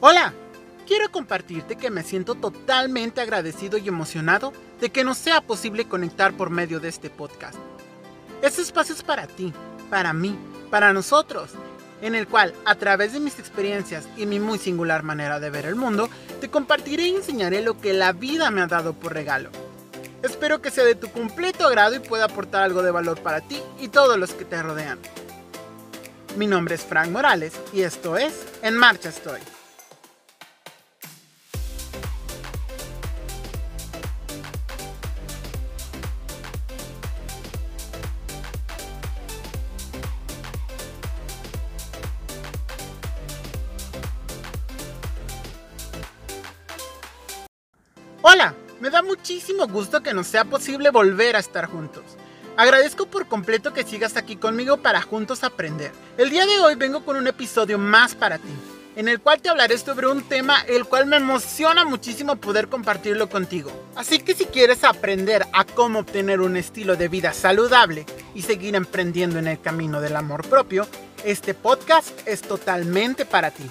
Hola, quiero compartirte que me siento totalmente agradecido y emocionado de que nos sea posible conectar por medio de este podcast. Este espacio es para ti, para mí, para nosotros, en el cual, a través de mis experiencias y mi muy singular manera de ver el mundo, te compartiré y enseñaré lo que la vida me ha dado por regalo. Espero que sea de tu completo agrado y pueda aportar algo de valor para ti y todos los que te rodean. Mi nombre es Frank Morales y esto es En Marcha Estoy. Hola, me da muchísimo gusto que nos sea posible volver a estar juntos. Agradezco por completo que sigas aquí conmigo para juntos aprender. El día de hoy vengo con un episodio más para ti, en el cual te hablaré sobre un tema el cual me emociona muchísimo poder compartirlo contigo. Así que si quieres aprender a cómo obtener un estilo de vida saludable y seguir emprendiendo en el camino del amor propio, este podcast es totalmente para ti.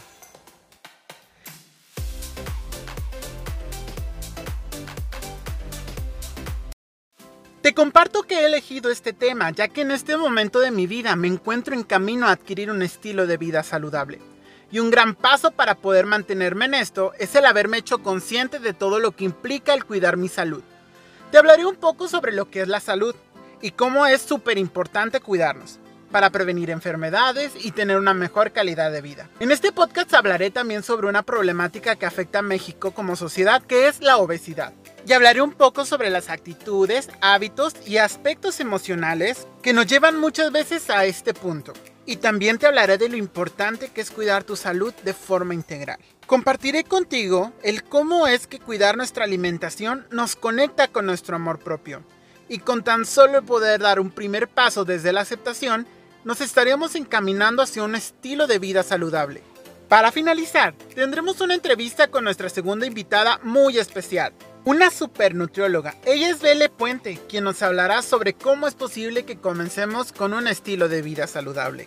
Te comparto que he elegido este tema ya que en este momento de mi vida me encuentro en camino a adquirir un estilo de vida saludable. Y un gran paso para poder mantenerme en esto es el haberme hecho consciente de todo lo que implica el cuidar mi salud. Te hablaré un poco sobre lo que es la salud y cómo es súper importante cuidarnos para prevenir enfermedades y tener una mejor calidad de vida. En este podcast hablaré también sobre una problemática que afecta a México como sociedad, que es la obesidad. Y hablaré un poco sobre las actitudes, hábitos y aspectos emocionales que nos llevan muchas veces a este punto. Y también te hablaré de lo importante que es cuidar tu salud de forma integral. Compartiré contigo el cómo es que cuidar nuestra alimentación nos conecta con nuestro amor propio. Y con tan solo poder dar un primer paso desde la aceptación, nos estaremos encaminando hacia un estilo de vida saludable. Para finalizar, tendremos una entrevista con nuestra segunda invitada muy especial, una super nutrióloga. Ella es Bele Puente, quien nos hablará sobre cómo es posible que comencemos con un estilo de vida saludable.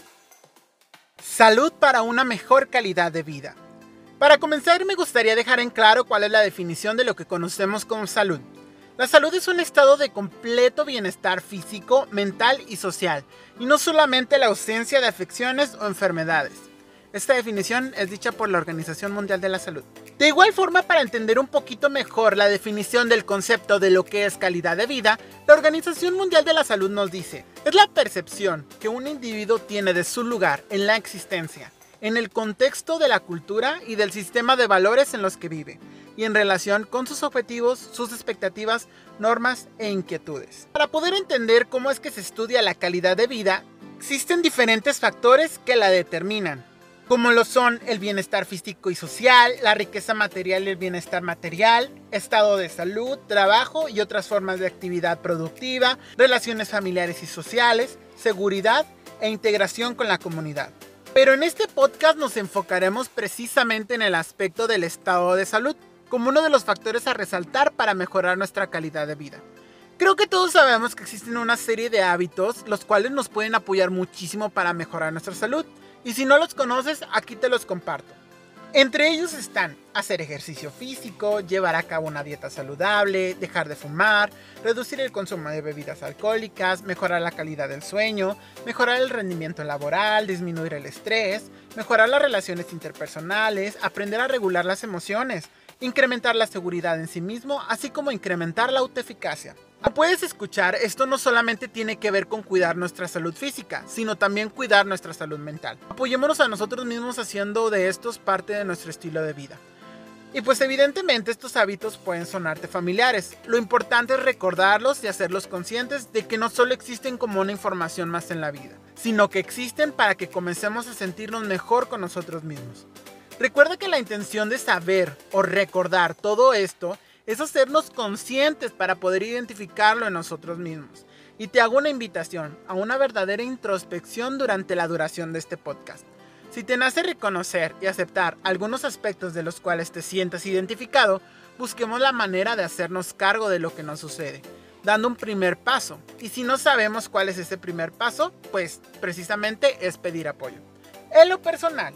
Salud para una mejor calidad de vida. Para comenzar, me gustaría dejar en claro cuál es la definición de lo que conocemos como salud. La salud es un estado de completo bienestar físico, mental y social, y no solamente la ausencia de afecciones o enfermedades. Esta definición es dicha por la Organización Mundial de la Salud. De igual forma, para entender un poquito mejor la definición del concepto de lo que es calidad de vida, la Organización Mundial de la Salud nos dice: es la percepción que un individuo tiene de su lugar en la existencia, en el contexto de la cultura y del sistema de valores en los que vive, y en relación con sus objetivos, sus expectativas, normas e inquietudes. Para poder entender cómo es que se estudia la calidad de vida, existen diferentes factores que la determinan, como lo son el bienestar físico y social, la riqueza material y el bienestar material, estado de salud, trabajo y otras formas de actividad productiva, relaciones familiares y sociales, seguridad e integración con la comunidad. Pero en este podcast nos enfocaremos precisamente en el aspecto del estado de salud, como uno de los factores a resaltar para mejorar nuestra calidad de vida. Creo que todos sabemos que existen una serie de hábitos los cuales nos pueden apoyar muchísimo para mejorar nuestra salud, y si no los conoces, aquí te los comparto. Entre ellos están hacer ejercicio físico, llevar a cabo una dieta saludable, dejar de fumar, reducir el consumo de bebidas alcohólicas, mejorar la calidad del sueño, mejorar el rendimiento laboral, disminuir el estrés, mejorar las relaciones interpersonales, aprender a regular las emociones, incrementar la seguridad en sí mismo, así como incrementar la autoeficacia. Como puedes escuchar, esto no solamente tiene que ver con cuidar nuestra salud física, sino también cuidar nuestra salud mental. Apoyémonos a nosotros mismos haciendo de estos parte de nuestro estilo de vida. Y pues evidentemente estos hábitos pueden sonarte familiares. Lo importante es recordarlos y hacerlos conscientes de que no solo existen como una información más en la vida, sino que existen para que comencemos a sentirnos mejor con nosotros mismos. Recuerda que la intención de saber o recordar todo esto es hacernos conscientes para poder identificarlo en nosotros mismos. Y te hago una invitación a una verdadera introspección durante la duración de este podcast. Si te nace reconocer y aceptar algunos aspectos de los cuales te sientas identificado, busquemos la manera de hacernos cargo de lo que nos sucede, dando un primer paso. Y si no sabemos cuál es ese primer paso, pues precisamente es pedir apoyo. En lo personal,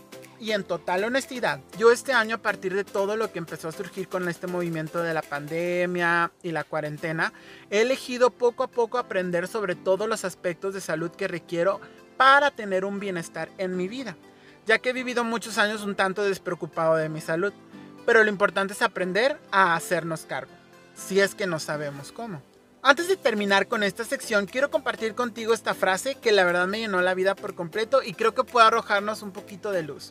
y en total honestidad, yo este año, a partir de todo lo que empezó a surgir con este movimiento de la pandemia y la cuarentena, he elegido poco a poco aprender sobre todos los aspectos de salud que requiero para tener un bienestar en mi vida, ya que he vivido muchos años un tanto despreocupado de mi salud, pero lo importante es aprender a hacernos cargo, si es que no sabemos cómo. Antes de terminar con esta sección, quiero compartir contigo esta frase que la verdad me llenó la vida por completo y creo que puede arrojarnos un poquito de luz.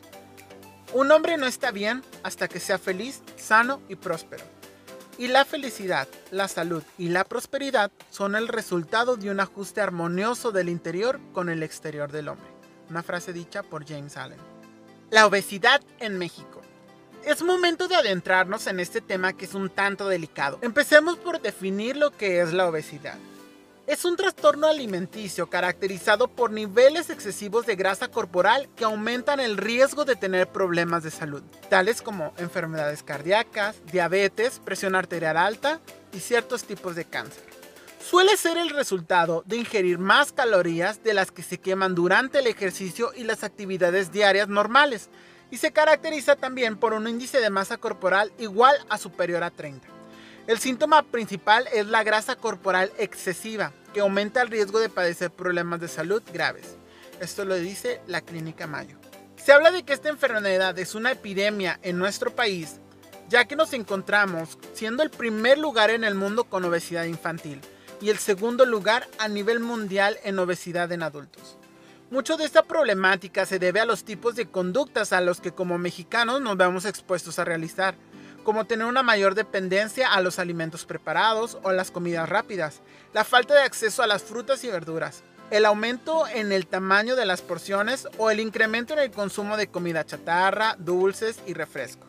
Un hombre no está bien hasta que sea feliz, sano y próspero. Y la felicidad, la salud y la prosperidad son el resultado de un ajuste armonioso del interior con el exterior del hombre. Una frase dicha por James Allen. La obesidad en México. Es momento de adentrarnos en este tema que es un tanto delicado. Empecemos por definir lo que es la obesidad. Es un trastorno alimenticio caracterizado por niveles excesivos de grasa corporal que aumentan el riesgo de tener problemas de salud, tales como enfermedades cardíacas, diabetes, presión arterial alta y ciertos tipos de cáncer. Suele ser el resultado de ingerir más calorías de las que se queman durante el ejercicio y las actividades diarias normales, y se caracteriza también por un índice de masa corporal igual a superior a 30. El síntoma principal es la grasa corporal excesiva, que aumenta el riesgo de padecer problemas de salud graves. Esto lo dice la Clínica Mayo. Se habla de que esta enfermedad es una epidemia en nuestro país, ya que nos encontramos siendo el primer lugar en el mundo con obesidad infantil y el segundo lugar a nivel mundial en obesidad en adultos. Mucho de esta problemática se debe a los tipos de conductas a los que como mexicanos nos vemos expuestos a realizar, como tener una mayor dependencia a los alimentos preparados o las comidas rápidas, la falta de acceso a las frutas y verduras, el aumento en el tamaño de las porciones o el incremento en el consumo de comida chatarra, dulces y refresco.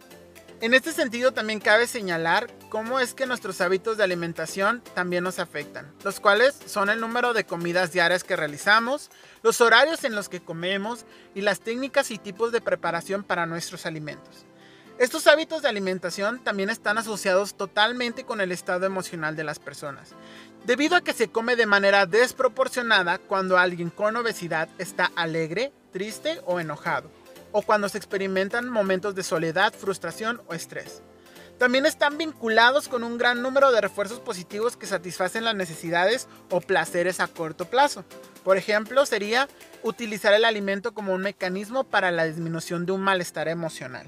En este sentido también cabe señalar cómo es que nuestros hábitos de alimentación también nos afectan, los cuales son el número de comidas diarias que realizamos, los horarios en los que comemos y las técnicas y tipos de preparación para nuestros alimentos. Estos hábitos de alimentación también están asociados totalmente con el estado emocional de las personas, debido a que se come de manera desproporcionada cuando alguien con obesidad está alegre, triste o enojado, o cuando se experimentan momentos de soledad, frustración o estrés. También están vinculados con un gran número de refuerzos positivos que satisfacen las necesidades o placeres a corto plazo. Por ejemplo, sería utilizar el alimento como un mecanismo para la disminución de un malestar emocional.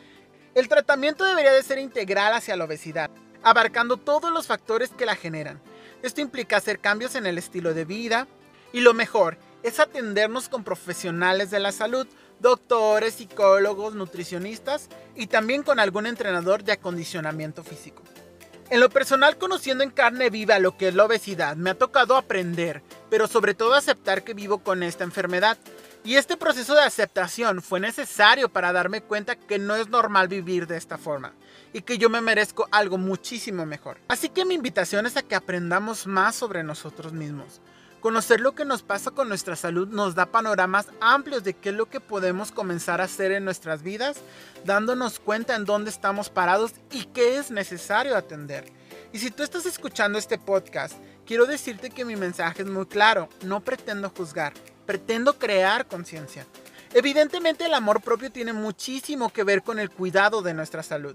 El tratamiento debería de ser integral hacia la obesidad, abarcando todos los factores que la generan. Esto implica hacer cambios en el estilo de vida y lo mejor es atendernos con profesionales de la salud, doctores, psicólogos, nutricionistas y también con algún entrenador de acondicionamiento físico. En lo personal, conociendo en carne viva lo que es la obesidad, me ha tocado aprender, pero sobre todo aceptar que vivo con esta enfermedad. Y este proceso de aceptación fue necesario para darme cuenta que no es normal vivir de esta forma y que yo me merezco algo muchísimo mejor. Así que mi invitación es a que aprendamos más sobre nosotros mismos. Conocer lo que nos pasa con nuestra salud nos da panoramas amplios de qué es lo que podemos comenzar a hacer en nuestras vidas, dándonos cuenta en dónde estamos parados y qué es necesario atender. Y si tú estás escuchando este podcast, quiero decirte que mi mensaje es muy claro, no pretendo juzgar, pretendo crear conciencia. Evidentemente el amor propio tiene muchísimo que ver con el cuidado de nuestra salud.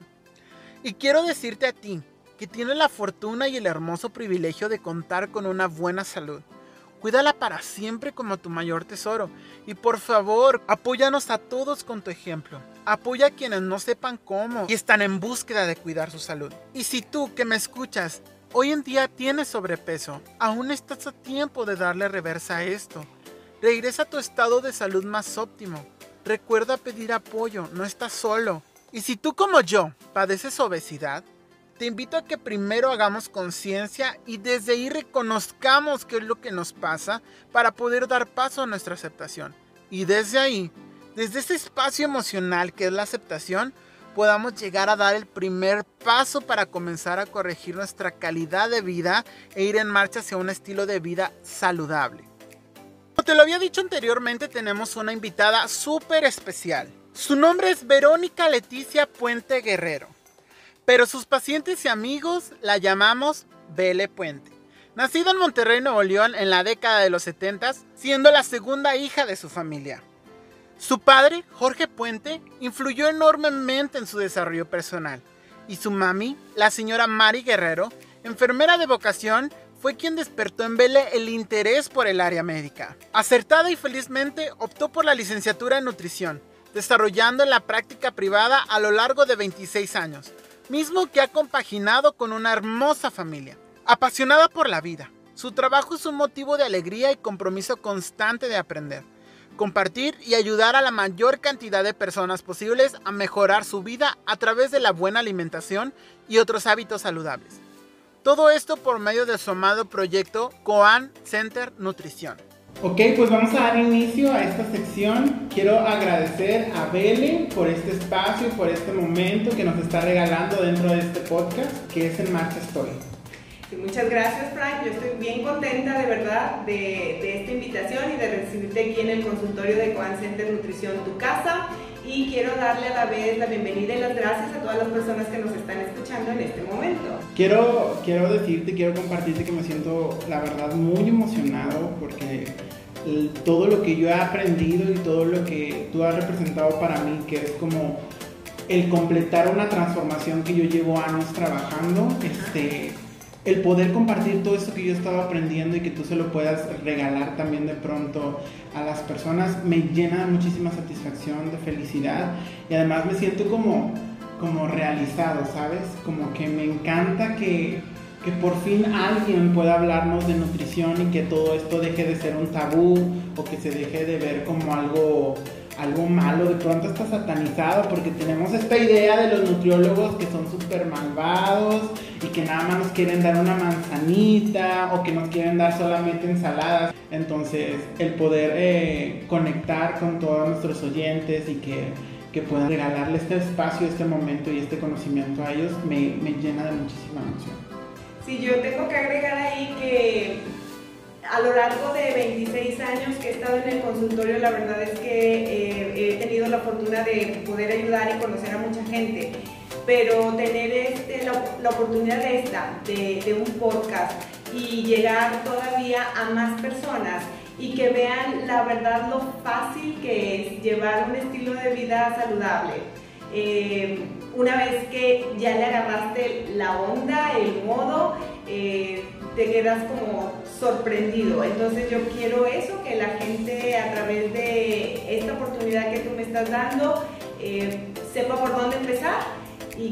Y quiero decirte a ti, que tienes la fortuna y el hermoso privilegio de contar con una buena salud. Cuídala para siempre como tu mayor tesoro. Y por favor, apóyanos a todos con tu ejemplo. Apoya a quienes no sepan cómo y están en búsqueda de cuidar su salud. Y si tú que me escuchas, hoy en día tienes sobrepeso, aún estás a tiempo de darle reversa a esto. Regresa a tu estado de salud más óptimo. Recuerda pedir apoyo, no estás solo. Y si tú como yo padeces obesidad, te invito a que primero hagamos conciencia y desde ahí reconozcamos qué es lo que nos pasa para poder dar paso a nuestra aceptación. Y desde ahí, desde ese espacio emocional que es la aceptación, podamos llegar a dar el primer paso para comenzar a corregir nuestra calidad de vida e ir en marcha hacia un estilo de vida saludable. Como te lo había dicho anteriormente, tenemos una invitada súper especial. Su nombre es Verónica Leticia Puente Guerrero, pero sus pacientes y amigos la llamamos Bele Puente. Nacida en Monterrey, Nuevo León en la década de los 70, siendo la segunda hija de su familia. Su padre, Jorge Puente, influyó enormemente en su desarrollo personal, y su mami, la señora Mari Guerrero, enfermera de vocación, fue quien despertó en Belle el interés por el área médica. Acertada y felizmente optó por la licenciatura en nutrición, desarrollando la práctica privada a lo largo de 26 años, mismo que ha compaginado con una hermosa familia. Apasionada por la vida, su trabajo es un motivo de alegría y compromiso constante de aprender, compartir y ayudar a la mayor cantidad de personas posibles a mejorar su vida a través de la buena alimentación y otros hábitos saludables. Todo esto por medio de su amado proyecto Coan Center Nutrición. Ok, pues vamos a dar inicio a esta sección. Quiero agradecer a Belle por este espacio, por este momento que nos está regalando dentro de este podcast, que es En Marcha Estoy. Sí, muchas gracias, Frank. Yo estoy bien contenta de verdad de esta invitación y de recibirte aquí en el consultorio de Coan Center Nutrición, tu casa. Y quiero darle a la vez la bienvenida y las gracias a todas las personas que nos están escuchando en este momento. Quiero compartirte que me siento, la verdad, muy emocionado porque todo lo que yo he aprendido y todo lo que tú has representado para mí, que es como el completar una transformación que yo llevo años trabajando, el poder compartir todo esto que yo he estado aprendiendo y que tú se lo puedas regalar también de pronto a las personas, me llena de muchísima satisfacción, de felicidad, y además me siento como realizado, ¿sabes? Como que me encanta que por fin alguien pueda hablarnos de nutrición y que todo esto deje de ser un tabú o que se deje de ver como algo malo, de pronto está satanizado, porque tenemos esta idea de los nutriólogos que son súper malvados y que nada más nos quieren dar una manzanita o que nos quieren dar solamente ensaladas. Entonces el poder conectar con todos nuestros oyentes y que puedan regalarle este espacio, este momento y este conocimiento a ellos me llena de muchísima emoción. Sí, yo tengo que agregar ahí que a lo largo de 26 años que he estado en el consultorio, la verdad es que he tenido la fortuna de poder ayudar y conocer a mucha gente, pero tener la oportunidad de un podcast y llegar todavía a más personas y que vean la verdad lo fácil que es llevar un estilo de vida saludable. Una vez que ya le agarraste la onda, el modo, te quedas como sorprendido. Entonces yo quiero eso, que la gente a través de esta oportunidad que tú me estás dando sepa por dónde empezar y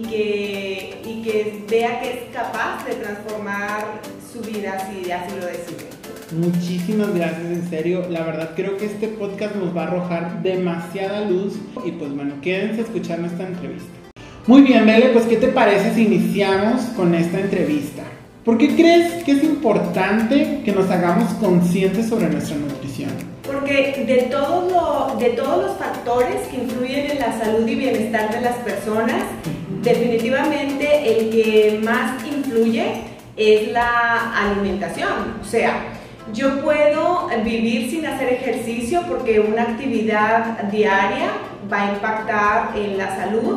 que vea que es capaz de transformar su vida si así lo decide. Muchísimas gracias, en serio, la verdad creo que este podcast nos va a arrojar demasiada luz y pues bueno, quédense a escuchar nuestra entrevista. Muy bien, Belle, pues ¿qué te parece si iniciamos con esta entrevista? ¿Por qué crees que es importante que nos hagamos conscientes sobre nuestra nutrición? Porque de todos los factores que influyen en la salud y bienestar de las personas, definitivamente el que más influye es la alimentación. O sea, yo puedo vivir sin hacer ejercicio porque una actividad diaria va a impactar en la salud,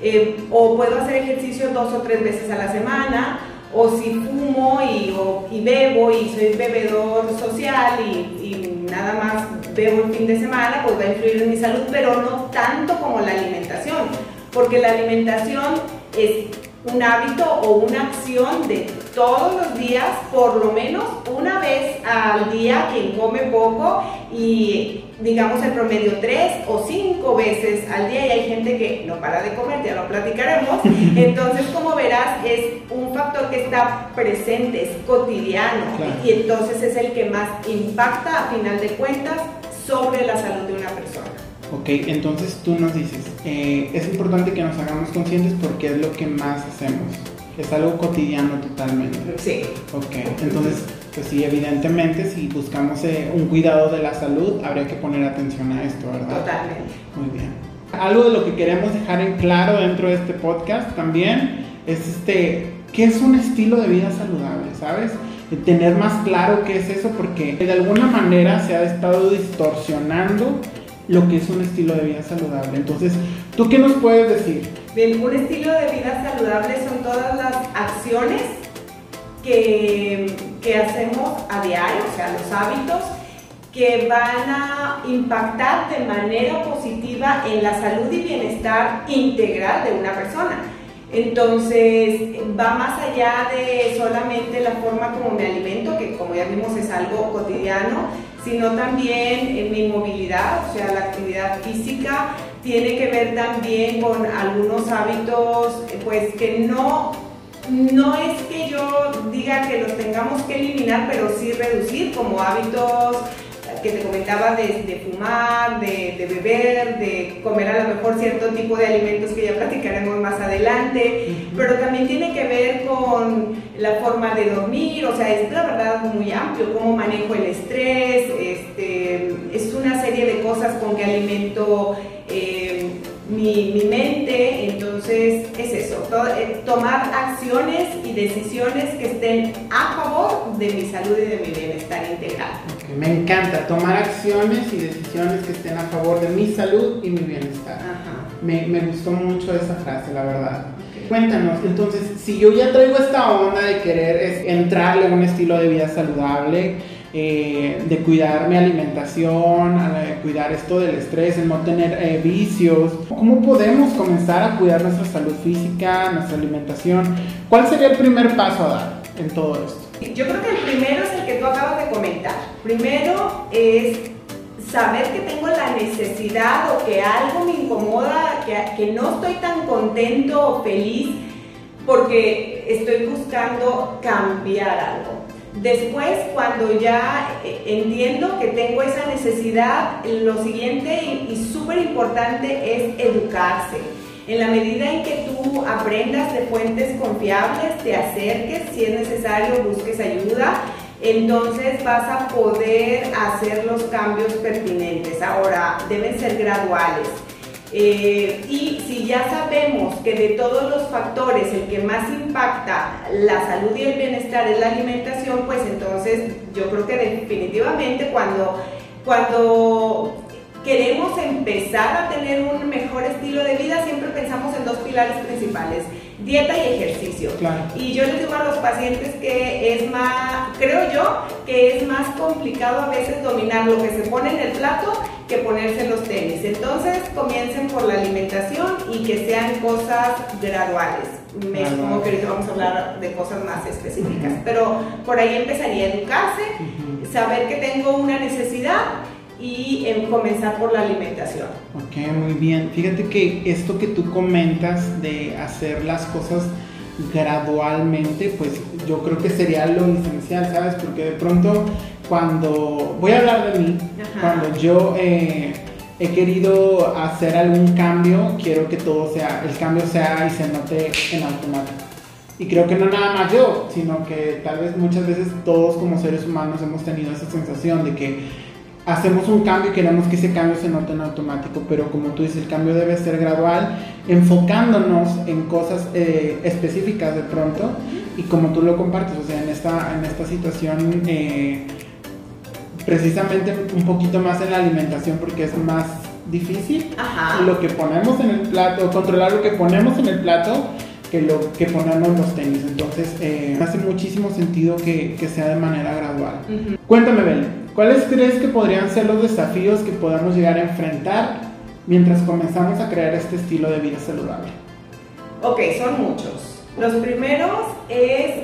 o puedo hacer ejercicio 2 o 3 veces a la semana, o si fumo y bebo y soy bebedor social y nada más bebo el fin de semana, pues va a influir en mi salud, pero no tanto como la alimentación, porque la alimentación es un hábito o una acción de todos los días, por lo menos una vez al día, quien come poco, y digamos en promedio 3 o 5 veces al día, y hay gente que no para de comer, ya lo platicaremos. Entonces, como verás, es un factor que está presente, es cotidiano, claro. Y entonces es el que más impacta a final de cuentas sobre la salud de una persona. Ok, entonces tú nos dices, es importante que nos hagamos conscientes porque es lo que más hacemos, es algo cotidiano totalmente. Sí. Ok, entonces, pues sí, evidentemente, si buscamos un cuidado de la salud, habría que poner atención a esto, ¿verdad? Totalmente. Muy bien. Algo de lo que queremos dejar en claro dentro de este podcast también es ¿qué es un estilo de vida saludable? ¿Sabes? Tener más claro qué es eso, porque de alguna manera se ha estado distorsionando lo que es un estilo de vida saludable. Entonces, ¿tú qué nos puedes decir? Bien, un estilo de vida saludable son todas las acciones que hacemos a diario, o sea, los hábitos que van a impactar de manera positiva en la salud y bienestar integral de una persona. Entonces va más allá de solamente la forma como me alimento, que como ya vimos es algo cotidiano, sino también en mi movilidad, o sea, la actividad física tiene que ver también con algunos hábitos, pues que no es que yo diga que los tengamos que eliminar, pero sí reducir, como hábitos que te comentaba de fumar, de beber, de comer a lo mejor cierto tipo de alimentos que ya platicaremos más adelante, pero también tiene que ver con la forma de dormir, o sea, es la verdad muy amplio, cómo manejo el estrés, es una serie de cosas con que alimento mi mente. Entonces es eso, tomar acciones y decisiones que estén a favor de mi salud y de mi bienestar integral. Okay, me encanta, tomar acciones y decisiones que estén a favor de mi salud y mi bienestar. Me gustó mucho esa frase, la verdad. Okay. Cuéntanos, entonces, si yo ya traigo esta onda de querer entrarle a un estilo de vida saludable, de cuidar mi alimentación, cuidar esto del estrés, el no tener vicios, ¿cómo podemos comenzar a cuidar nuestra salud física, nuestra alimentación? ¿Cuál sería el primer paso a dar en todo esto? Yo creo que el primero es el que tú acabas de comentar. Primero es saber que tengo la necesidad o que algo me incomoda, que no estoy tan contento o feliz porque estoy buscando cambiar algo. Después, cuando ya entiendo que tengo esa necesidad, lo siguiente y súper importante es educarse. En la medida en que tú aprendas de fuentes confiables, te acerques, si es necesario, busques ayuda, entonces vas a poder hacer los cambios pertinentes. Ahora, deben ser graduales. Y si ya sabemos que de todos los factores el que más impacta la salud y el bienestar es la alimentación, pues entonces yo creo que definitivamente cuando queremos empezar a tener un mejor estilo de vida, siempre pensamos en dos pilares principales: dieta y ejercicio. Claro. Y yo les digo a los pacientes que es más, creo yo, que es más complicado a veces dominar lo que se pone en el plato que ponerse los tenis. Entonces comiencen por la alimentación y que sean cosas graduales. Me supongo que ahorita vamos a hablar de cosas más específicas, pero por ahí empezaría a educarse, saber que tengo una necesidad y comenzar por la alimentación. Ok, muy bien. Fíjate que esto que tú comentas de hacer las cosas gradualmente, pues yo creo que sería lo esencial, ¿sabes? Porque de pronto cuando, voy a hablar de mí, cuando yo he querido hacer algún cambio, quiero que todo sea, el cambio sea y se note en automático. Y creo que no nada más yo, sino que tal vez muchas veces todos como seres humanos hemos tenido esa sensación de que hacemos un cambio y queremos que ese cambio se note en automático, pero como tú dices, el cambio debe ser gradual, enfocándonos en cosas específicas de pronto, y como tú lo compartes, o sea, en esta situación, precisamente un poquito más en la alimentación, porque es más difícil lo que ponemos en el plato, controlar lo que ponemos en el plato, que lo que ponemos los tenis. Entonces hace muchísimo sentido que sea de manera gradual. Cuéntame, Belén, ¿cuáles crees que podrían ser los desafíos que podamos llegar a enfrentar mientras comenzamos a crear este estilo de vida saludable? Ok, son muchos. Los primeros es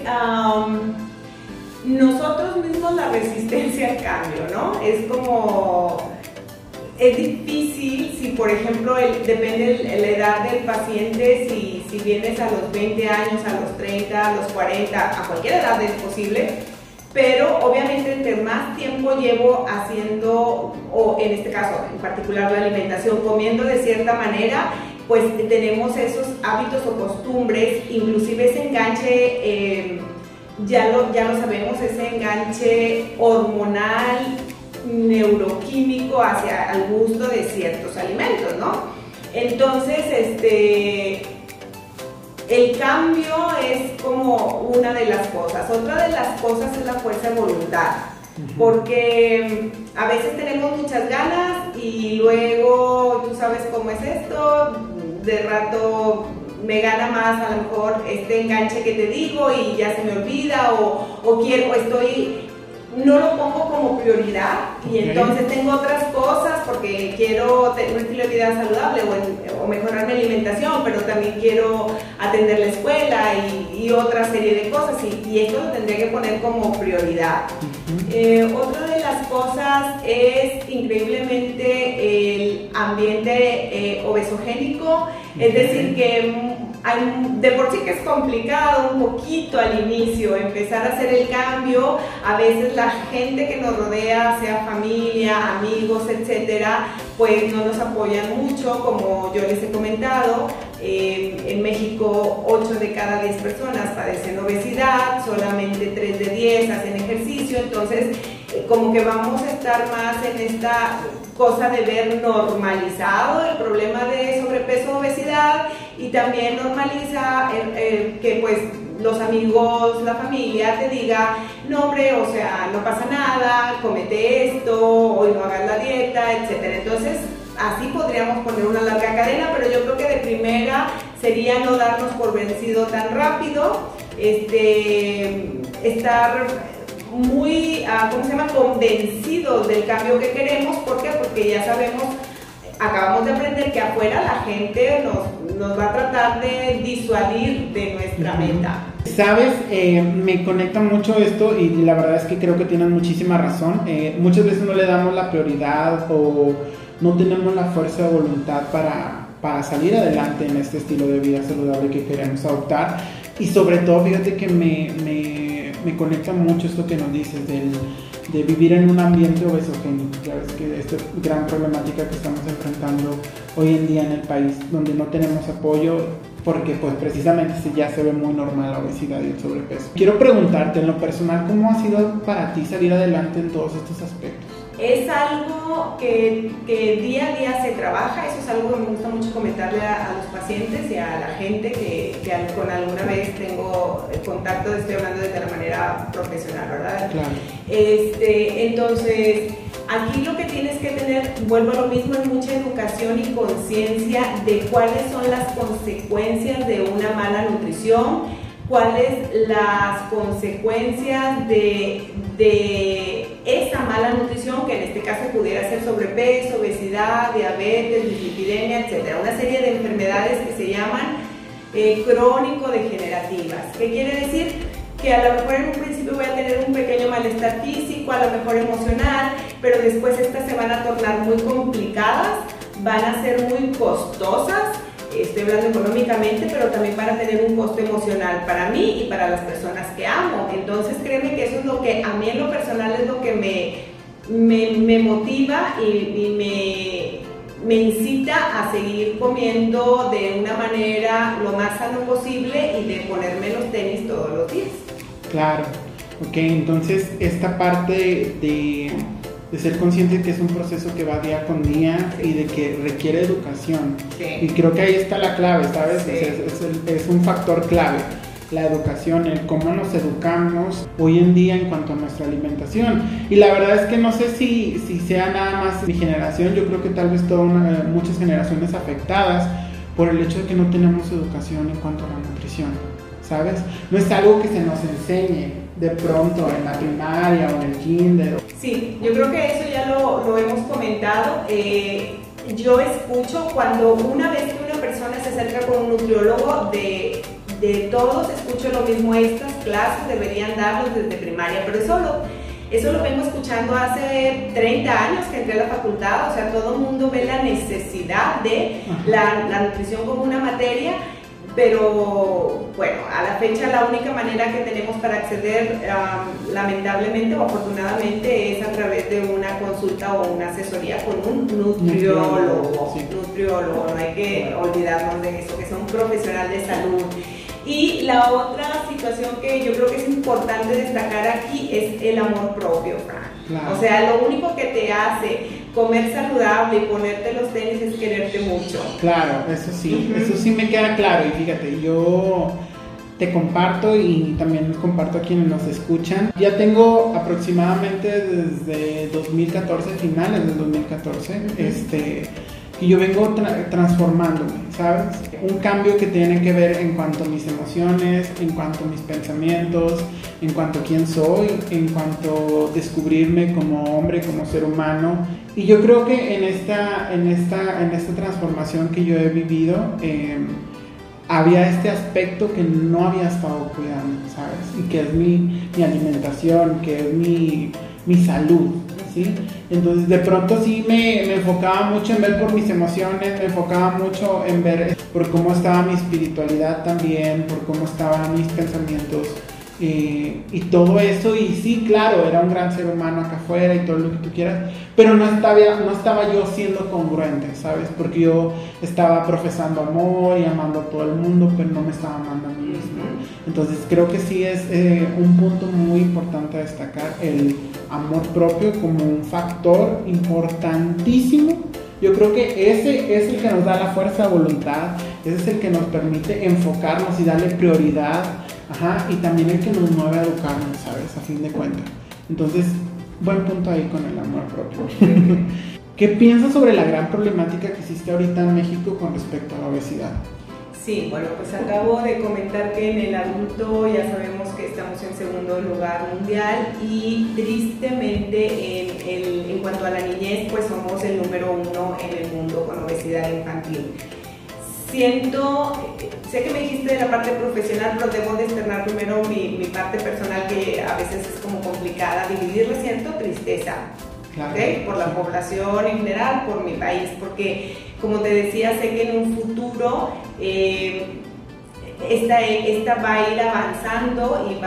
nosotros mismos, la resistencia al cambio, ¿no? Es como, es difícil si, por ejemplo, depende la edad del paciente, si vienes a los 20 años, a los 30, a los 40, a cualquier edad es posible, pero obviamente entre más tiempo llevo haciendo, o en este caso en particular la alimentación, comiendo de cierta manera, pues tenemos esos hábitos o costumbres, inclusive ese enganche, ya lo sabemos, ese enganche hormonal, neuroquímico hacia el gusto de ciertos alimentos, ¿no? Entonces, el cambio es como una de las cosas. Otra de las cosas es la fuerza de voluntad, porque a veces tenemos muchas ganas y luego, tú sabes cómo es esto, de rato me gana más a lo mejor este enganche que te digo y ya se me olvida, o estoy no lo pongo como prioridad y entonces tengo otras cosas porque quiero tener un estilo de vida saludable o mejorar mi alimentación, pero también quiero atender la escuela y otra serie de cosas y esto lo tendría que poner como prioridad. Otra de las cosas es increíblemente el ambiente obesogénico, es decir que de por sí que es complicado un poquito al inicio empezar a hacer el cambio. A veces la gente que nos rodea, sea familia, amigos, etcétera, pues no nos apoyan mucho, como yo les he comentado. En México 8 de cada 10 personas padecen obesidad, solamente 3 de 10 hacen ejercicio, entonces como que vamos a estar más en esta cosa de ver normalizado el problema de sobrepeso o obesidad y también normaliza que pues los amigos, la familia te diga, no hombre, o sea, no pasa nada, comete esto, hoy no hagas la dieta, etcétera. Entonces así podríamos poner una larga cadena, pero yo creo que de primera sería no darnos por vencido tan rápido, estar muy, convencidos del cambio que queremos. ¿Por qué? Porque ya sabemos, acabamos de aprender que afuera la gente nos va a tratar de disuadir de nuestra meta. Sabes, me conecta mucho esto y la verdad es que creo que tienes muchísima razón. Muchas veces no le damos la prioridad o no tenemos la fuerza de voluntad para salir adelante en este estilo de vida saludable que queremos adoptar. Y sobre todo, fíjate que me conecta mucho esto que nos dices de vivir en un ambiente obesogénico. Ya ves que esta gran problemática que estamos enfrentando hoy en día en el país, donde no tenemos apoyo porque pues precisamente ya se ve muy normal la obesidad y el sobrepeso. Quiero preguntarte, en lo personal, ¿cómo ha sido para ti salir adelante en todos estos aspectos? Es algo que día a día se trabaja, eso es algo que me gusta mucho comentarle a los pacientes y a la gente que con alguna vez tengo contacto, estoy hablando desde la manera profesional, ¿verdad? Claro. Entonces, aquí lo que tienes que tener, vuelvo a lo mismo, es mucha educación y conciencia de cuáles son las consecuencias de una mala nutrición, cuáles las consecuencias de esa mala nutrición, que en este caso pudiera ser sobrepeso, obesidad, diabetes, dislipidemia, etc. Una serie de enfermedades que se llaman crónico-degenerativas. ¿Qué quiere decir? Que a lo mejor en un principio voy a tener un pequeño malestar físico, a lo mejor emocional, pero después estas se van a tornar muy complicadas, van a ser muy costosas. Estoy hablando económicamente, pero también para tener un costo emocional para mí y para las personas que amo. Entonces créeme que eso es lo que a mí en lo personal es lo que me motiva y me incita a seguir comiendo de una manera lo más sano posible y de ponerme los tenis todos los días. Claro, ok, entonces esta parte de ser consciente que es un proceso que va día con día y de que requiere educación. Sí. Y creo que ahí está la clave, ¿sabes? Sí. Es un factor clave, la educación, el cómo nos educamos hoy en día en cuanto a nuestra alimentación. Y la verdad es que no sé si sea nada más mi generación, yo creo que tal vez muchas generaciones afectadas por el hecho de que no tenemos educación en cuanto a la nutrición, ¿sabes? No es algo que se nos enseñe de pronto en la primaria o en el kinder. Sí, yo creo que eso ya lo hemos comentado. Yo escucho cuando una vez que una persona se acerca con un nutriólogo, de todos escucho lo mismo, estas clases deberían darlos desde primaria, pero eso lo vengo escuchando hace 30 años que entré a la facultad, o sea, todo el mundo ve la necesidad de la nutrición como una materia. Pero bueno, a la fecha la única manera que tenemos para acceder, lamentablemente o afortunadamente, es a través de una consulta o una asesoría con un nutriólogo. Sí. Nutriólogo, no hay que olvidarnos de eso, que es un profesional de salud. Y la otra situación que yo creo que es importante destacar aquí es el amor propio, Fran. Claro. O sea, lo único que te hace comer saludable y ponerte los tenis es quererte mucho. Claro, eso sí me queda claro. Y fíjate, yo te comparto y también comparto a quienes nos escuchan. Ya tengo aproximadamente desde 2014, finales del 2014, y yo vengo transformándome, ¿sabes? Un cambio que tiene que ver en cuanto a mis emociones, en cuanto a mis pensamientos, en cuanto a quién soy, en cuanto a descubrirme como hombre, como ser humano. Y yo creo que en esta transformación que yo he vivido, había este aspecto que no había estado cuidando, ¿sabes? Y que es mi alimentación, que es mi salud, ¿sí? Entonces de pronto sí me enfocaba mucho en ver por mis emociones, me enfocaba mucho en ver por cómo estaba mi espiritualidad también, por cómo estaban mis pensamientos, y todo eso. Y sí, claro, era un gran ser humano acá afuera y todo lo que tú quieras, pero no estaba yo siendo congruente, ¿sabes? Porque yo estaba profesando amor y amando a todo el mundo, pero no me estaba amando a mí mismo. Entonces creo que sí es un punto muy importante a destacar, el amor propio como un factor importantísimo. Yo creo que ese es el que nos da la fuerza de voluntad, ese es el que nos permite enfocarnos y darle prioridad. Ajá, y también el que nos mueve a educarnos, ¿sabes? A fin de cuentas. Entonces, buen punto ahí con el amor propio. ¿Qué piensas sobre la gran problemática que existe ahorita en México con respecto a la obesidad? Sí, bueno, pues acabo de comentar que en el adulto ya sabemos que estamos en segundo lugar mundial y tristemente en cuanto a la niñez, pues somos el número 1 en el mundo con obesidad infantil. Sé que me dijiste de la parte profesional, pero debo de externar primero mi parte personal, que a veces es como complicada dividirlo. Siento tristeza, claro, ¿okay? Por la población en general, por mi país, porque como te decía, sé que en un futuro esta va a ir avanzando y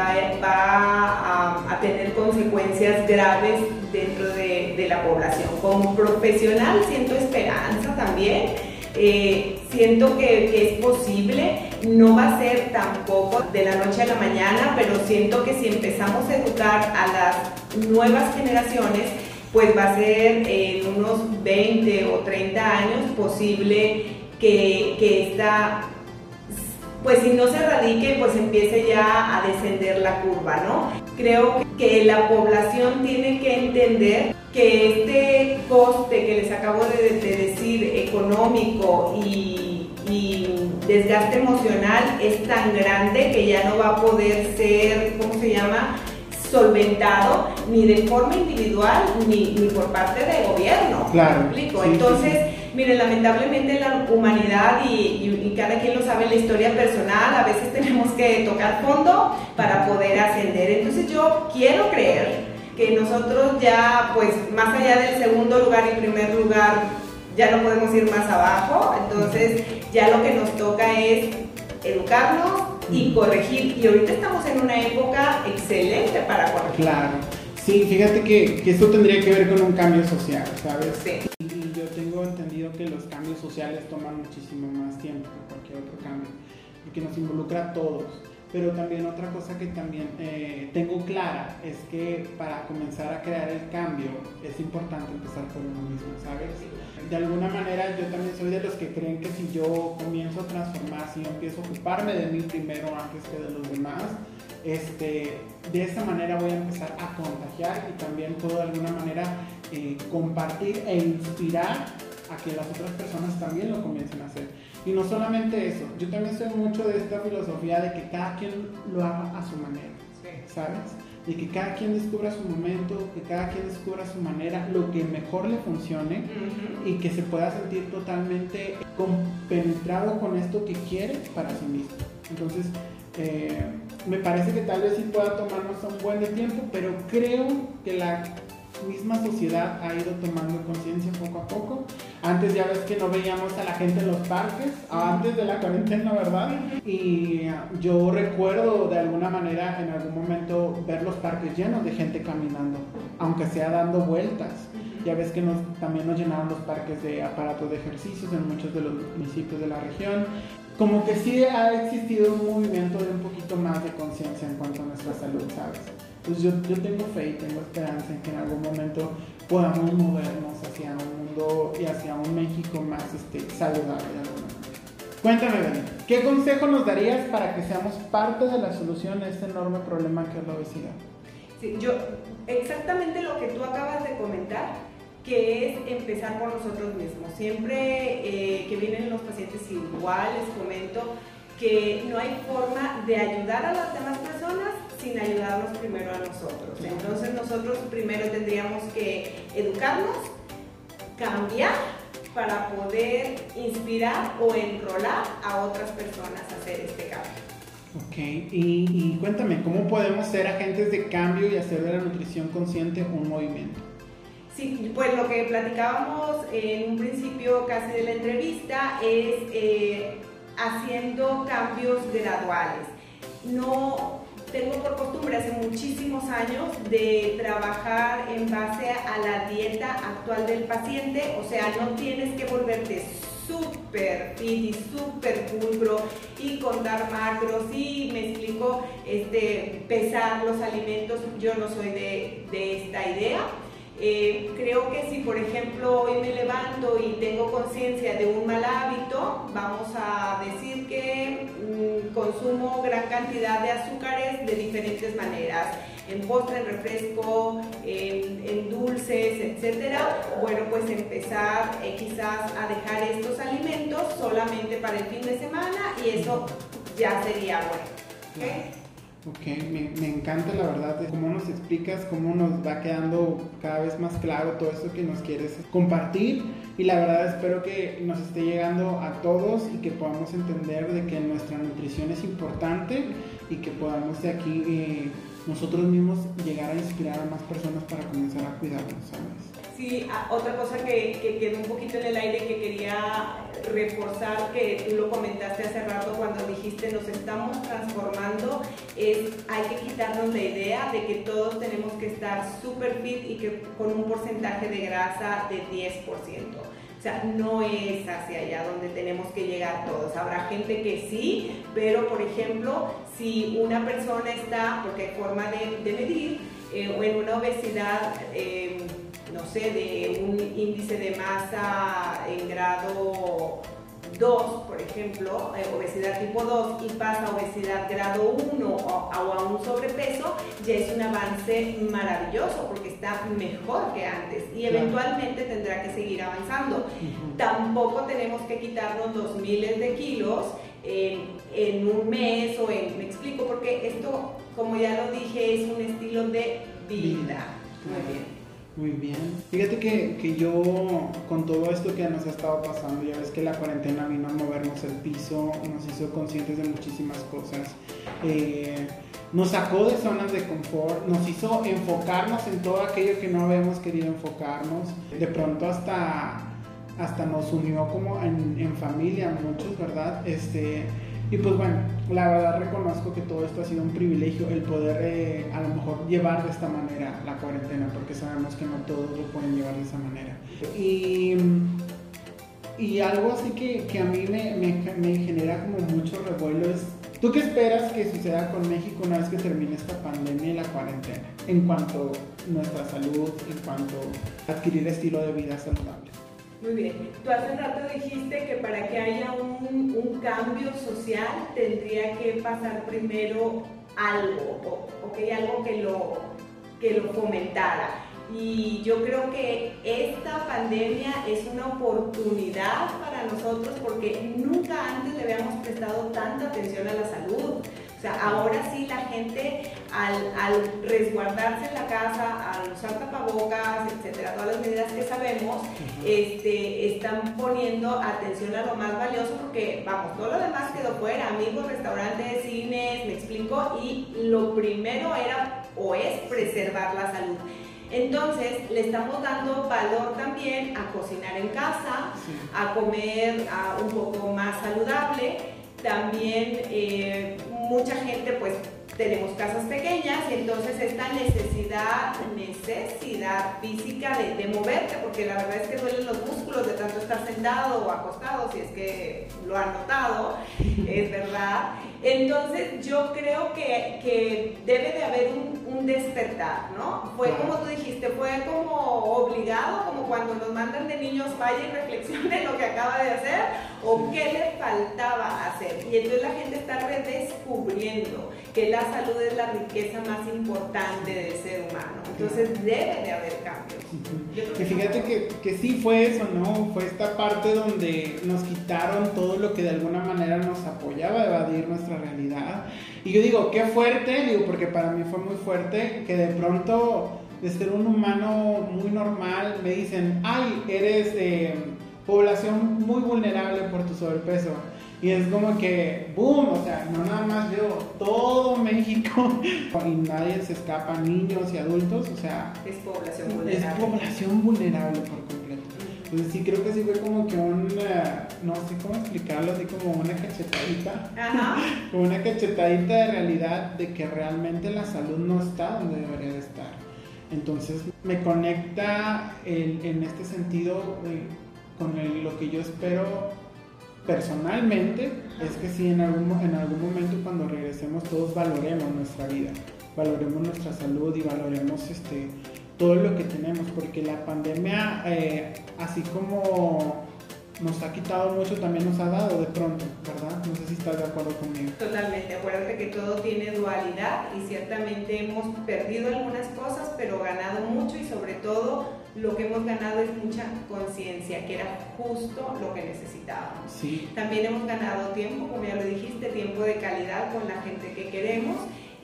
va a tener consecuencias graves dentro de la población. Como profesional siento esperanza también. Siento que es posible, no va a ser tampoco de la noche a la mañana, pero siento que si empezamos a educar a las nuevas generaciones, pues va a ser en unos 20 o 30 años posible que esta, pues si no se erradique, pues empiece ya a descender la curva, ¿no? Creo que la población tiene que entender que este coste que les acabo de decir, económico y desgaste emocional, es tan grande que ya no va a poder ser, ¿cómo se llama?, solventado ni de forma individual ni por parte del gobierno. Claro. ¿Me explico? Sí, entonces, sí. Miren, lamentablemente la humanidad y cada quien lo sabe en la historia personal, a veces tenemos que tocar fondo para poder ascender. Entonces yo quiero creer que nosotros ya, pues más allá del segundo lugar y primer lugar, ya no podemos ir más abajo. Entonces ya lo que nos toca es educarnos y corregir, y ahorita estamos en una época excelente para corregir. Claro, sí, fíjate que esto tendría que ver con un cambio social, ¿sabes? Sí. Y yo tengo entendido que los cambios sociales toman muchísimo más tiempo que cualquier otro cambio, y que nos involucra a todos. Pero también otra cosa que también tengo clara es que para comenzar a crear el cambio es importante empezar por uno mismo, ¿sabes? De alguna manera yo también soy de los que creen que si yo comienzo a transformar, si yo empiezo a ocuparme de mí primero antes que de los demás, de esa manera voy a empezar a contagiar y también puedo de alguna manera compartir e inspirar a que las otras personas también lo comiencen a hacer. Y no solamente eso, yo también soy mucho de esta filosofía de que cada quien lo haga a su manera, ¿sabes? De que cada quien descubra su momento, que cada quien descubra su manera, lo que mejor le funcione, y que se pueda sentir totalmente compenetrado con esto que quiere para sí mismo. Entonces, me parece que tal vez sí pueda tomarnos un buen de tiempo, pero creo que la misma sociedad ha ido tomando conciencia poco a poco. Antes ya ves que no veíamos a la gente en los parques, antes de la cuarentena, ¿verdad? Y yo recuerdo de alguna manera en algún momento ver los parques llenos de gente caminando, aunque sea dando vueltas. Ya ves que también nos llenaron los parques de aparatos de ejercicios en muchos de los municipios de la región. Como que sí ha existido un movimiento de un poquito más de conciencia en cuanto a nuestra salud, ¿sabes? Pues yo tengo fe y tengo esperanza en que en algún momento podamos movernos hacia un mundo y hacia un México más saludable de alguna manera. Cuéntame, Belén, ¿qué consejo nos darías para que seamos parte de la solución a este enorme problema que es la obesidad? Sí, yo exactamente lo que tú acabas de comentar, que es empezar por nosotros mismos. Siempre que vienen los pacientes igual les comento que no hay forma de ayudar a las demás personas sin ayudarnos primero a nosotros. Entonces nosotros primero tendríamos que educarnos, cambiar para poder inspirar o enrolar a otras personas a hacer este cambio. Ok, y cuéntame, ¿cómo podemos ser agentes de cambio y hacer de la nutrición consciente un movimiento? Sí, pues lo que platicábamos en un principio casi de la entrevista es haciendo cambios graduales. No tengo por costumbre hace muchísimos años de trabajar en base a la dieta actual del paciente, o sea, no tienes que volverte súper fit y súper pulcro y contar macros y me explico, pesar los alimentos. Yo no soy de esta idea. Creo que si por ejemplo hoy me levanto y tengo conciencia de un mal hábito, vamos a decir que consumo gran cantidad de azúcares de diferentes maneras, en postre, en refresco, en dulces, etcétera. Bueno, pues empezar quizás a dejar estos alimentos solamente para el fin de semana y eso ya sería bueno, ¿okay? Ok, me encanta la verdad de cómo nos explicas, cómo nos va quedando cada vez más claro todo esto que nos quieres compartir, y la verdad espero que nos esté llegando a todos y que podamos entender de que nuestra nutrición es importante y que podamos de aquí nosotros mismos llegar a inspirar a más personas para comenzar a cuidarnos, ¿sabes? Sí, otra cosa que quedó un poquito en el aire que quería reforzar, que tú lo comentaste hace rato cuando dijiste nos estamos transformando, hay que quitarnos la idea de que todos tenemos que estar súper fit y que con un porcentaje de grasa de 10%. O sea, no es hacia allá donde tenemos que llegar todos. Habrá gente que sí, pero por ejemplo, si una persona está, porque hay forma de medir, o en una obesidad, no sé, de un índice de masa en grado 2, por ejemplo, obesidad tipo 2, y pasa a obesidad grado 1 o a un sobrepeso, ya es un avance maravilloso porque está mejor que antes y eventualmente tendrá que seguir avanzando. Tampoco tenemos que quitarnos los miles de kilos en un mes o me explico, porque esto, como ya lo dije, es un estilo de vida. Muy bien. Muy bien. Fíjate que yo, con todo esto que nos ha estado pasando, ya ves que la cuarentena vino a movernos el piso, nos hizo conscientes de muchísimas cosas, nos sacó de zonas de confort, nos hizo enfocarnos en todo aquello que no habíamos querido enfocarnos, de pronto hasta nos unió como en familia, muchos, ¿verdad? Y pues bueno, la verdad reconozco que todo esto ha sido un privilegio, el poder a lo mejor llevar de esta manera la cuarentena, porque sabemos que no todos lo pueden llevar de esa manera. Y algo así que a mí me genera como mucho revuelo es, ¿tú qué esperas que suceda con México una vez que termine esta pandemia y la cuarentena? En cuanto a nuestra salud, en cuanto a adquirir estilo de vida saludable. Muy bien, tú hace rato dijiste que para que haya un cambio social tendría que pasar primero algo, algo que lo fomentara. Y yo creo que esta pandemia es una oportunidad para nosotros porque nunca antes le habíamos prestado tanta atención a la salud. O sea, ahora sí la gente al resguardarse en la casa, al usar tapabocas, etcétera, todas las medidas que sabemos, están poniendo atención a lo más valioso porque, vamos, todo lo demás quedó fuera, amigos, restaurantes, cines, me explico, y lo primero era o es preservar la salud. Entonces, le estamos dando valor también a cocinar en casa, a comer un poco más saludable. También mucha gente pues tenemos casas pequeñas y entonces esta necesidad física de moverte, porque la verdad es que duelen los músculos de tanto estar sentado o acostado, si es que lo han notado, es verdad. Entonces yo creo que debe de haber un despertar, ¿no? Fue como tú dijiste, fue como obligado, como cuando nos mandan de niños, vaya y reflexione lo que acaba de hacer, o qué le faltaba hacer. y entonces la gente está redescubriendo que la salud es la riqueza más importante del ser humano. Entonces debe de haber cambios. Y fíjate que sí fue eso, ¿no? Fue esta parte donde nos quitaron todo lo que de alguna manera nos apoyaba a evadir nuestra realidad. Y yo digo, qué fuerte, porque para mí fue muy fuerte que de pronto, de ser un humano muy normal, me dicen, ay, eres población muy vulnerable por tu sobrepeso. Y es como que, boom, o sea, no nada más yo, todo México, y nadie se escapa, niños y adultos, o sea, es población vulnerable. Es población vulnerable por completo. Entonces sí creo que sí fue como que no sé cómo explicarlo, así como una cachetadita, como una cachetadita de realidad de que realmente la salud no está donde debería de estar. Entonces me conecta en este sentido con lo que yo espero personalmente, es que sí en algún momento cuando regresemos todos valoremos nuestra vida, valoremos nuestra salud y valoremos todo lo que tenemos, porque la pandemia, así como nos ha quitado mucho, también nos ha dado de pronto, ¿verdad? No sé si estás de acuerdo conmigo. Totalmente, acuérdate que todo tiene dualidad y ciertamente hemos perdido algunas cosas, pero ganado mucho, y sobre todo lo que hemos ganado es mucha conciencia, que era justo lo que necesitábamos. Sí. También hemos ganado tiempo, como ya lo dijiste, tiempo de calidad con la gente que queremos,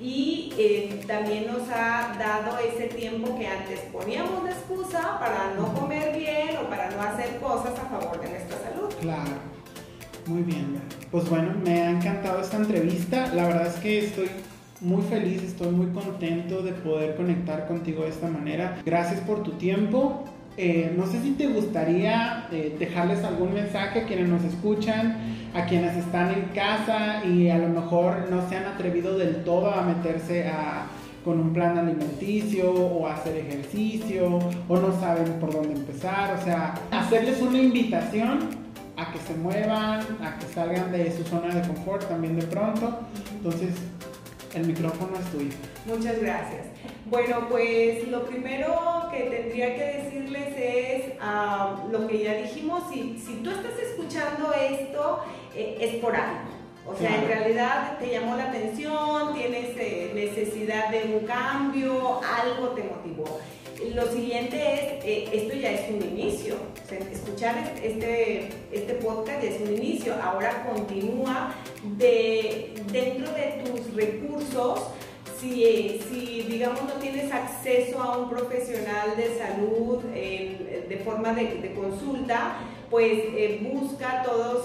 y también nos ha dado ese tiempo que antes poníamos de excusa para no comer bien o para no hacer cosas a favor de nuestra salud. Claro, muy bien. Pues bueno, me ha encantado esta entrevista. La verdad es que estoy muy feliz, estoy muy contento de poder conectar contigo de esta manera. Gracias por tu tiempo. No sé si te gustaría dejarles algún mensaje a quienes nos escuchan, a quienes están en casa y a lo mejor no se han atrevido del todo a meterse con un plan alimenticio o a hacer ejercicio o no saben por dónde empezar. O sea, hacerles una invitación a que se muevan, a que salgan de su zona de confort también de pronto. Entonces, el micrófono es tuyo. Muchas gracias. Bueno, pues lo primero que tendría que decirles es lo que ya dijimos. Si tú estás escuchando esto, es por algo. O sea, en realidad te llamó la atención, tienes necesidad de un cambio, algo te motivó. Lo siguiente es, esto ya es un inicio. O sea, escuchar este podcast ya es un inicio. Ahora continúa dentro de tus recursos. Si digamos no tienes acceso a un profesional de salud de forma de consulta, pues busca todos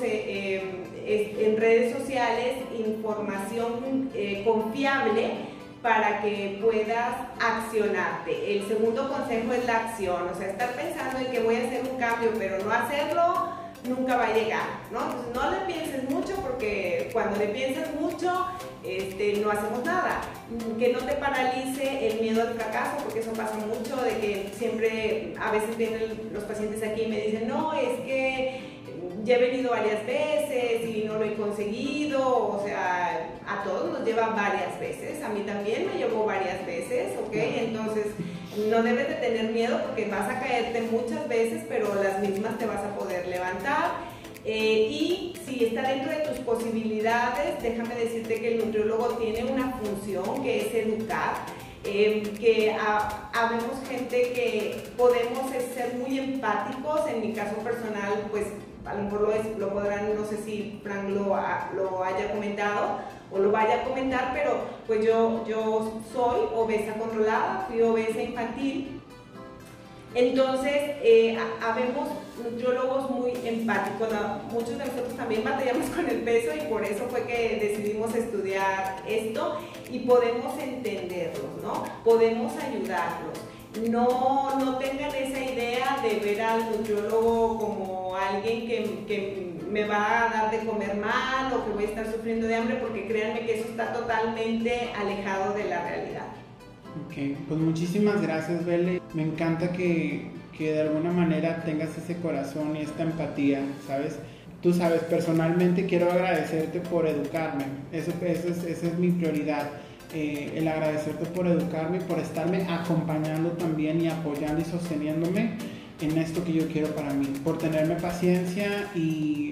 en redes sociales información confiable para que puedas accionarte. El segundo consejo es la acción, o sea, estar pensando en que voy a hacer un cambio, pero no hacerlo, nunca va a llegar, ¿no? Entonces no le pienses mucho, porque cuando le piensas mucho, no hacemos nada. Que no te paralice el miedo al fracaso, porque eso pasa mucho, de que siempre, a veces vienen los pacientes aquí y me dicen, no, es que ya he venido varias veces y no lo he conseguido. O sea, a todos nos lleva varias veces, a mí también me llevó varias veces, ¿ok? Entonces no debes de tener miedo, porque vas a caerte muchas veces, pero las mismas te vas a poder levantar. Y si está dentro de tus posibilidades, déjame decirte que el nutriólogo tiene una función que es educar, que habemos gente que podemos ser muy empáticos. En mi caso personal, pues a lo mejor lo podrán, no sé si Frank lo haya comentado o lo vaya a comentar, pero pues yo soy obesa controlada, fui obesa infantil. Entonces, habemos nutriólogos muy empáticos. Muchos de nosotros también batallamos con el peso, y por eso fue que decidimos estudiar esto, y podemos entenderlos, ¿no? Podemos ayudarlos. No tengan esa idea de ver al nutriólogo como alguien que me va a dar de comer mal o que voy a estar sufriendo de hambre, porque créanme que eso está totalmente alejado de la realidad. Ok, pues muchísimas gracias, Bele. Me encanta que de alguna manera tengas ese corazón y esta empatía, ¿sabes? Tú sabes, personalmente quiero agradecerte por educarme. Esa es mi prioridad. El agradecerte por educarme y por estarme acompañando también y apoyando y sosteniéndome en esto que yo quiero para mí, por tenerme paciencia y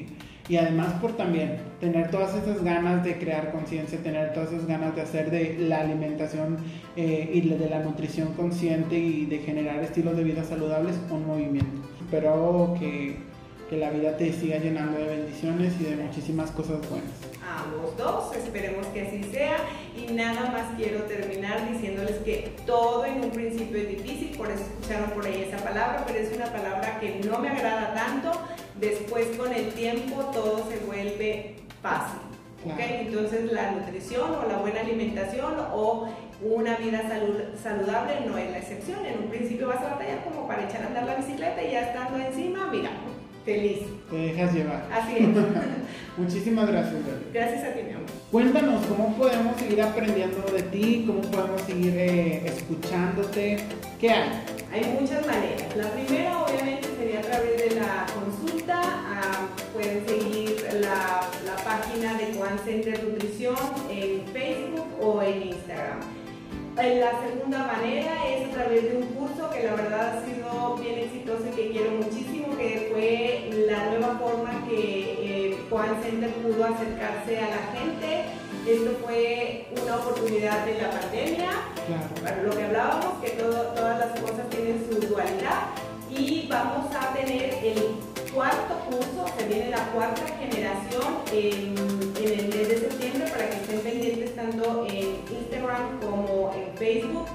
Y además por también tener todas esas ganas de crear conciencia, tener todas esas ganas de hacer de la alimentación y de la nutrición consciente y de generar estilos de vida saludables un movimiento. Espero que la vida te siga llenando de bendiciones y de muchísimas cosas buenas. A ambos dos, esperemos que así sea. Y nada más quiero terminar diciéndoles que todo en un principio es difícil, por eso escucharon por ahí esa palabra, pero es una palabra que no me agrada tanto. Después con el tiempo todo se vuelve fácil. Claro. ¿Okay? Entonces la nutrición o la buena alimentación o una vida saludable no es la excepción. En un principio vas a batallar como para echar a andar la bicicleta y ya estando encima, mira, feliz. Te dejas llevar. Así es. Muchísimas gracias, Gaby. Gracias a ti, mi amor. Cuéntanos cómo podemos seguir aprendiendo de ti, cómo podemos seguir escuchándote. ¿Qué hay? Hay muchas maneras. La primera, obviamente, sería a través de la consulta. Pueden seguir la página de Coan Center Nutrición en Facebook o en Instagram. La segunda manera es a través de un curso que la verdad ha sido bien exitoso y que quiero muchísimo, que fue la nueva forma que Coan Center pudo acercarse a la gente. Esto fue una oportunidad de la pandemia, claro. Para lo que hablábamos, que todas las cosas tienen su dualidad, y vamos a tener el cuarto curso, se viene la cuarta generación en el mes de septiembre, para que estén pendientes tanto en Instagram como en Facebook,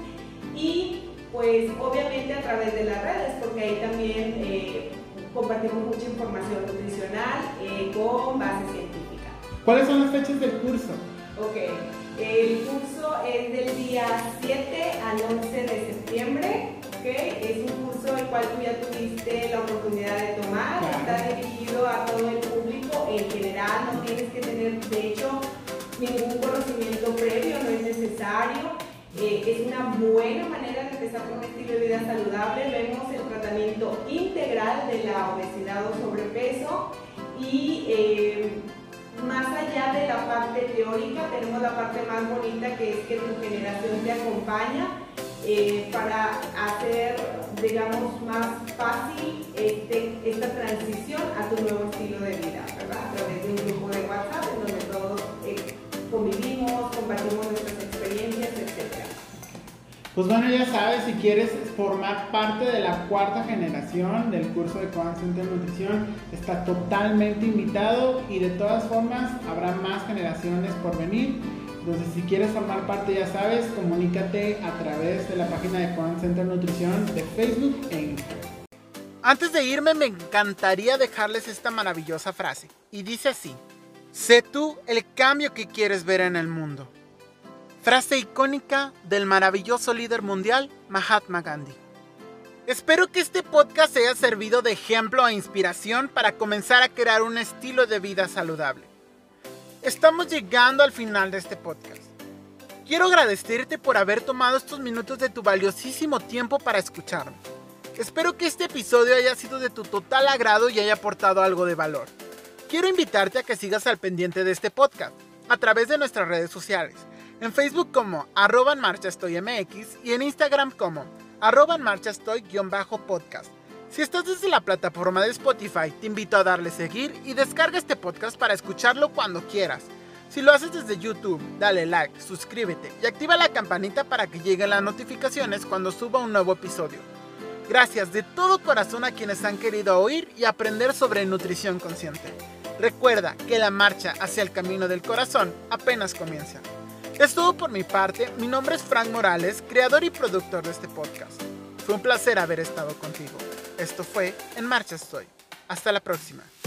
y pues obviamente a través de las redes, porque ahí también compartimos mucha información nutricional con base científica. ¿Cuáles son las fechas del curso? Ok, el curso es del día 7 al 11 de septiembre. Okay. Es un curso el cual tú ya tuviste la oportunidad de tomar, claro. Está dirigido a todo el público en general, no tienes que tener de hecho ningún conocimiento previo, no es necesario. Es una buena manera de empezar con un estilo de vida saludable. Vemos el tratamiento integral de la obesidad o sobrepeso y más allá de la parte teórica, tenemos la parte más bonita, que es que tu generación te acompaña para hacer, digamos, más fácil esta transición a tu nuevo estilo de vida, ¿verdad? A través de un grupo de WhatsApp en donde todos convivimos, compartimos nuestras experiencias, etc. Pues bueno, ya sabes, si quieres formar parte de la cuarta generación del curso de Coan Center Nutrición, está totalmente invitado, y de todas formas habrá más generaciones por venir. Entonces, si quieres formar parte, ya sabes, comunícate a través de la página de Coan Center Nutrición de Facebook e Instagram. Antes de irme, me encantaría dejarles esta maravillosa frase, y dice así: sé tú el cambio que quieres ver en el mundo. Frase icónica del maravilloso líder mundial Mahatma Gandhi. Espero que este podcast haya servido de ejemplo e inspiración para comenzar a crear un estilo de vida saludable. Estamos llegando al final de este podcast. Quiero agradecerte por haber tomado estos minutos de tu valiosísimo tiempo para escucharme. Espero que este episodio haya sido de tu total agrado y haya aportado algo de valor. Quiero invitarte a que sigas al pendiente de este podcast a través de nuestras redes sociales. En Facebook como @enmarchaestoymx y en Instagram como @enmarchaestoy_podcast. Si estás desde la plataforma de Spotify, te invito a darle seguir y descarga este podcast para escucharlo cuando quieras. Si lo haces desde YouTube, dale like, suscríbete y activa la campanita para que lleguen las notificaciones cuando suba un nuevo episodio. Gracias de todo corazón a quienes han querido oír y aprender sobre nutrición consciente. Recuerda que la marcha hacia el camino del corazón apenas comienza. Es todo por mi parte. Mi nombre es Frank Morales, creador y productor de este podcast. Fue un placer haber estado contigo. Esto fue En Marcha Estoy. Hasta la próxima.